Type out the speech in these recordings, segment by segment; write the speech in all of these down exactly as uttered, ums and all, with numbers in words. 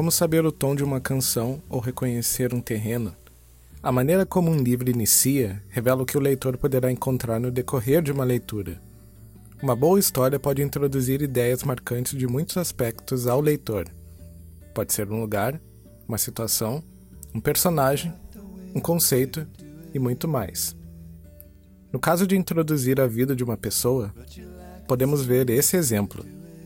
como saber o tom de uma canção ou reconhecer um terreno, a maneira como um livro inicia revela o que o leitor poderá encontrar no decorrer de uma leitura. Uma boa história pode introduzir ideias marcantes de muitos aspectos ao leitor. Pode ser um lugar, uma situação, um personagem, um conceito e muito mais. No caso de introduzir a vida de uma pessoa, podemos ver esse exemplo.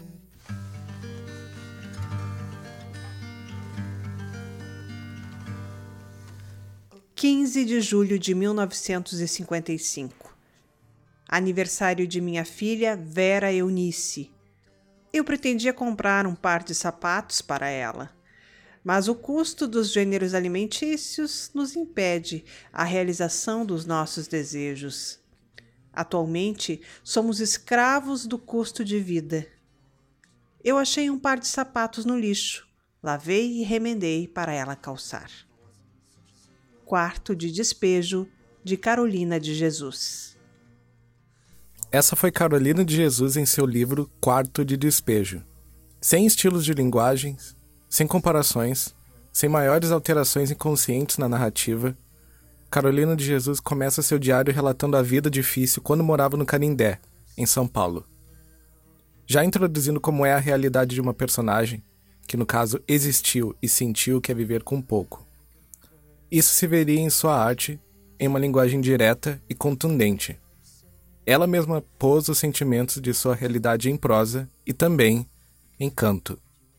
quinze de julho de mil novecentos e cinquenta e cinco. Aniversário de minha filha Vera Eunice. Eu pretendia comprar um par de sapatos para ela, mas o custo dos gêneros alimentícios nos impede a realização dos nossos desejos. Atualmente, somos escravos do custo de vida. Eu achei um par de sapatos no lixo, lavei e remendei para ela calçar. Quarto de Despejo, de Carolina de Jesus. Essa foi Carolina de Jesus em seu livro Quarto de Despejo. Sem estilos de linguagens, sem comparações, sem maiores alterações inconscientes na narrativa, Carolina de Jesus começa seu diário relatando a vida difícil quando morava no Canindé, em São Paulo. Já introduzindo como é a realidade de uma personagem, que no caso existiu e sentiu o que é viver com pouco. Isso se veria em sua arte, em uma linguagem direta e contundente. Ela mesma pôs os sentimentos de sua realidade em prosa e também em canto.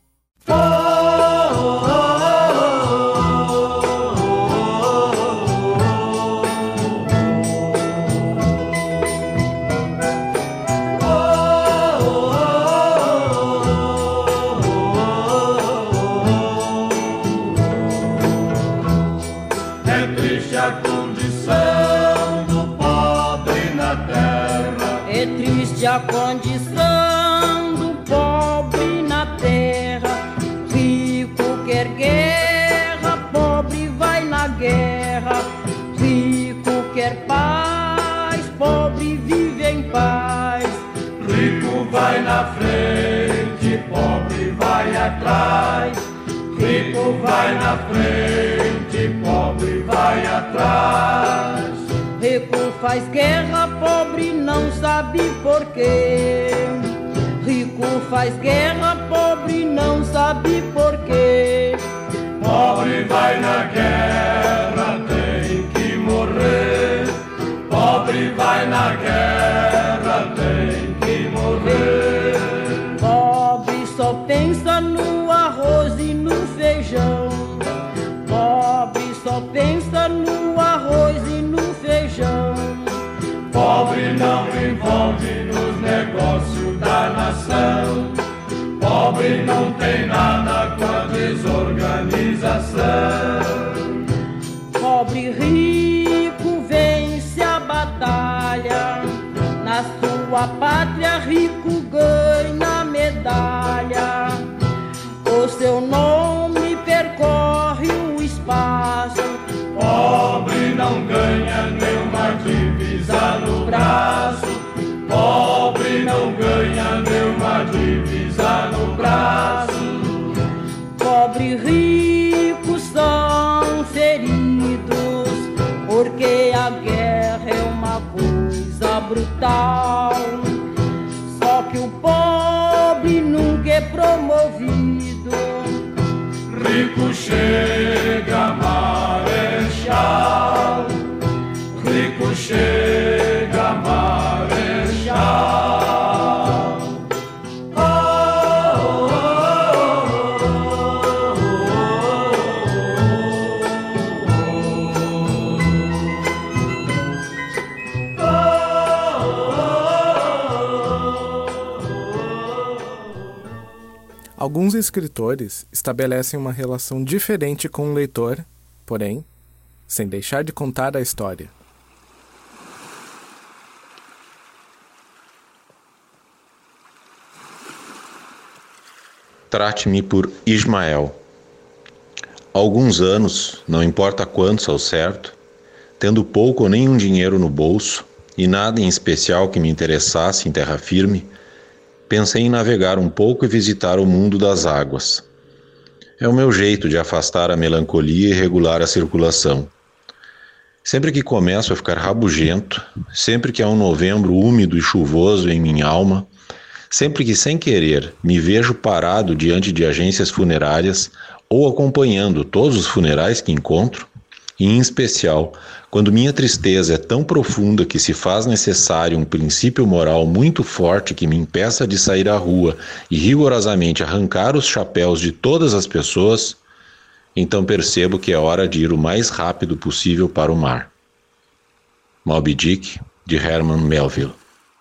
A condição do pobre na terra, rico quer guerra, pobre vai na guerra, rico quer paz, pobre vive em paz, rico vai na frente, pobre vai atrás, rico vai na frente, pobre vai atrás. Rico faz guerra, pobre não sabe porquê. Rico faz guerra, pobre não sabe porquê. Pobre vai na guerra, tem que morrer. Pobre vai na guerra, tem que morrer. Pobre só pensa no arroz e no feijão. Pobre só pensa no arroz e no feijão. Pobre não envolve nos negócios da nação. Pobre não tem nada com a desorganização. Pobre rico vence a batalha. Na sua pátria rico ganha medalha. O seu nome percorre o espaço. Pobre não ganha nenhuma divisa no braço. Pobre não ganha nenhuma divisa no braço. Pobre e rico são feridos, porque a guerra é uma coisa brutal. Só que o pobre nunca é promovido. Rico chega marechal, rico chega marechal. Oh, oh, oh, oh. Alguns escritores estabelecem uma relação diferente com o leitor, porém, sem deixar de contar a história. Trate-me por Ismael. Há alguns anos, não importa quantos ao certo, tendo pouco ou nenhum dinheiro no bolso e nada em especial que me interessasse em terra firme, pensei em navegar um pouco e visitar o mundo das águas. É o meu jeito de afastar a melancolia e regular a circulação. Sempre que começo a ficar rabugento, sempre que há um novembro úmido e chuvoso em minha alma, sempre que sem querer me vejo parado diante de agências funerárias ou acompanhando todos os funerais que encontro, e em especial quando minha tristeza é tão profunda que se faz necessário um princípio moral muito forte que me impeça de sair à rua e rigorosamente arrancar os chapéus de todas as pessoas, então percebo que é hora de ir o mais rápido possível para o mar. Moby Dick, de Herman Melville.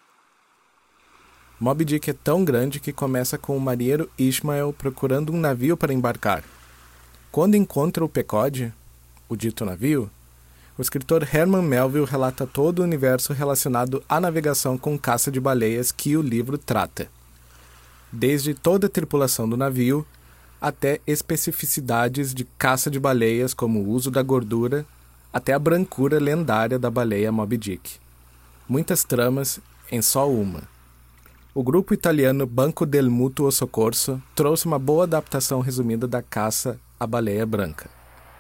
Moby Dick é tão grande que começa com o marinheiro Ishmael procurando um navio para embarcar. Quando encontra o Pequod, o dito navio, o escritor Herman Melville relata todo o universo relacionado à navegação com caça de baleias que o livro trata. Desde toda a tripulação do navio, até especificidades de caça de baleias como o uso da gordura, até a brancura lendária da baleia Moby Dick. Muitas tramas em só uma. O grupo italiano Banco del Mutuo Soccorso trouxe uma boa adaptação resumida da caça à baleia branca.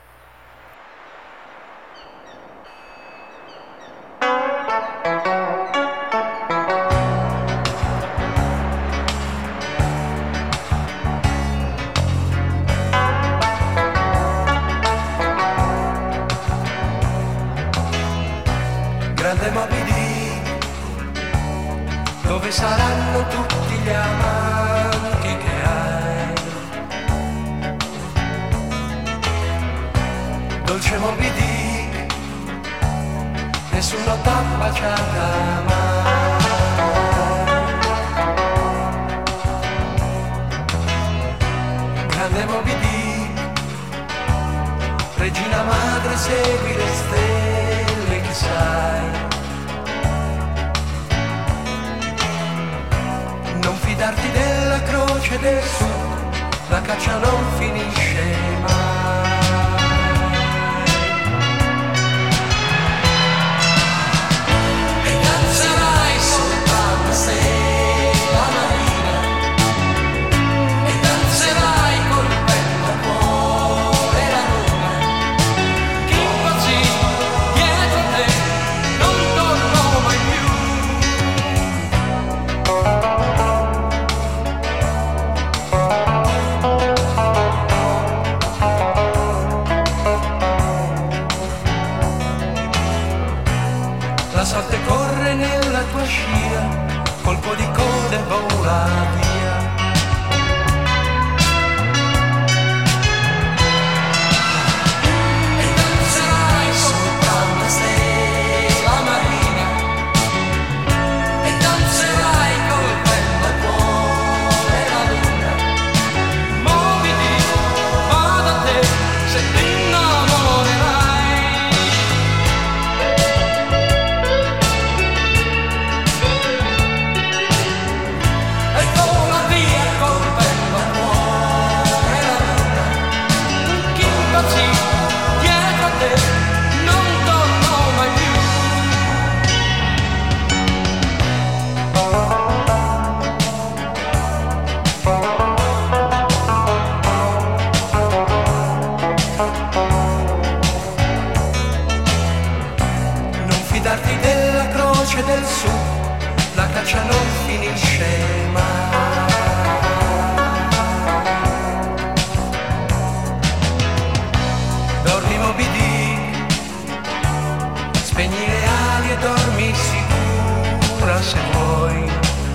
Grande Moby Dick, dove saranno tutti gli amanti che hai? Dolce Moby Dick, nessuno t'ha baciata mai. Grande Moby Dick, regina madre, segui le stelle che sai. Non fidarti della croce del sud, la caccia non finisce mai. E danzerai sopra una stella marina, e danzerai col petto a cuore la luna. Chi impazzì dietro a te non tornò mai più. La sorte corre nella tua scia, colpo di coda e vola via. E danzerai sopra una stella marina, e danzerai col petto a cuore la luna. Moby Dick, va da te se ti innamorerai. E vola via col petto a cuore la luna. Chi impazzì dietro a te non tornò mai più. Non fidarti della croce del sud, la caccia non finisce mai. Dormi Moby Dick, spegni le ali e dormi sicura se vuoi.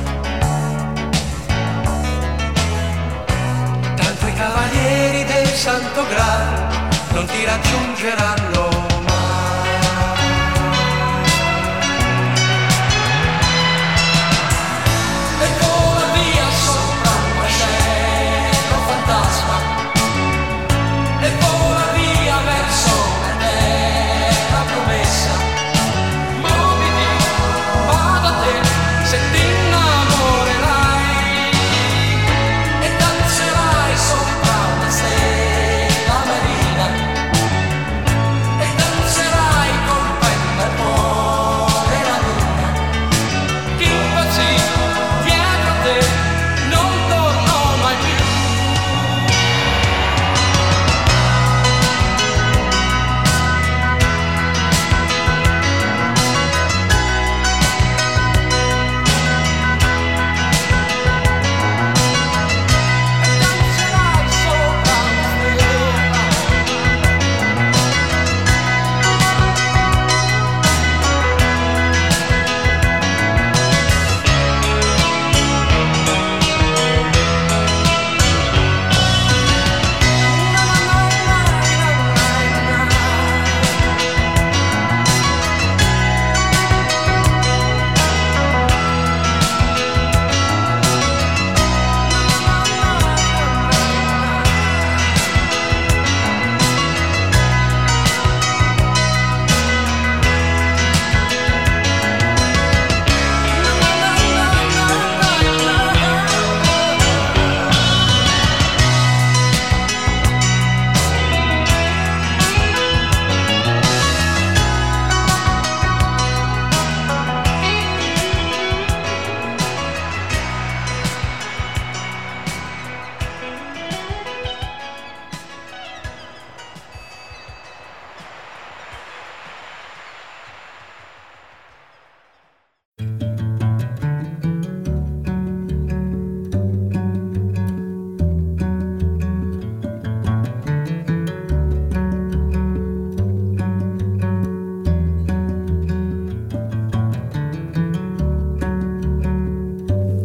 Tanto i cavalieri del Santo Graal non ti raggiungeranno mai. E vola via sopra un vascello fantasma, e vola via verso una terra promessa. Moby Dick, va da te se ti innamorerai. E danzerai sopra una stella marina, e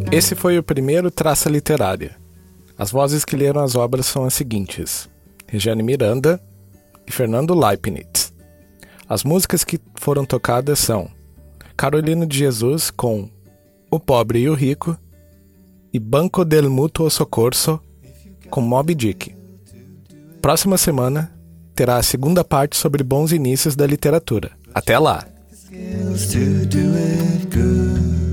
Esse foi o primeiro Traça Literária. As vozes que leram as obras são as seguintes: Regiane Miranda e Fernando Leibniz. As músicas que foram tocadas são Carolina de Jesus com O Pobre e o Rico e Banco del Mutuo Soccorso com Moby Dick. Próxima semana terá a segunda parte sobre bons inícios da literatura. Até lá! To do it good.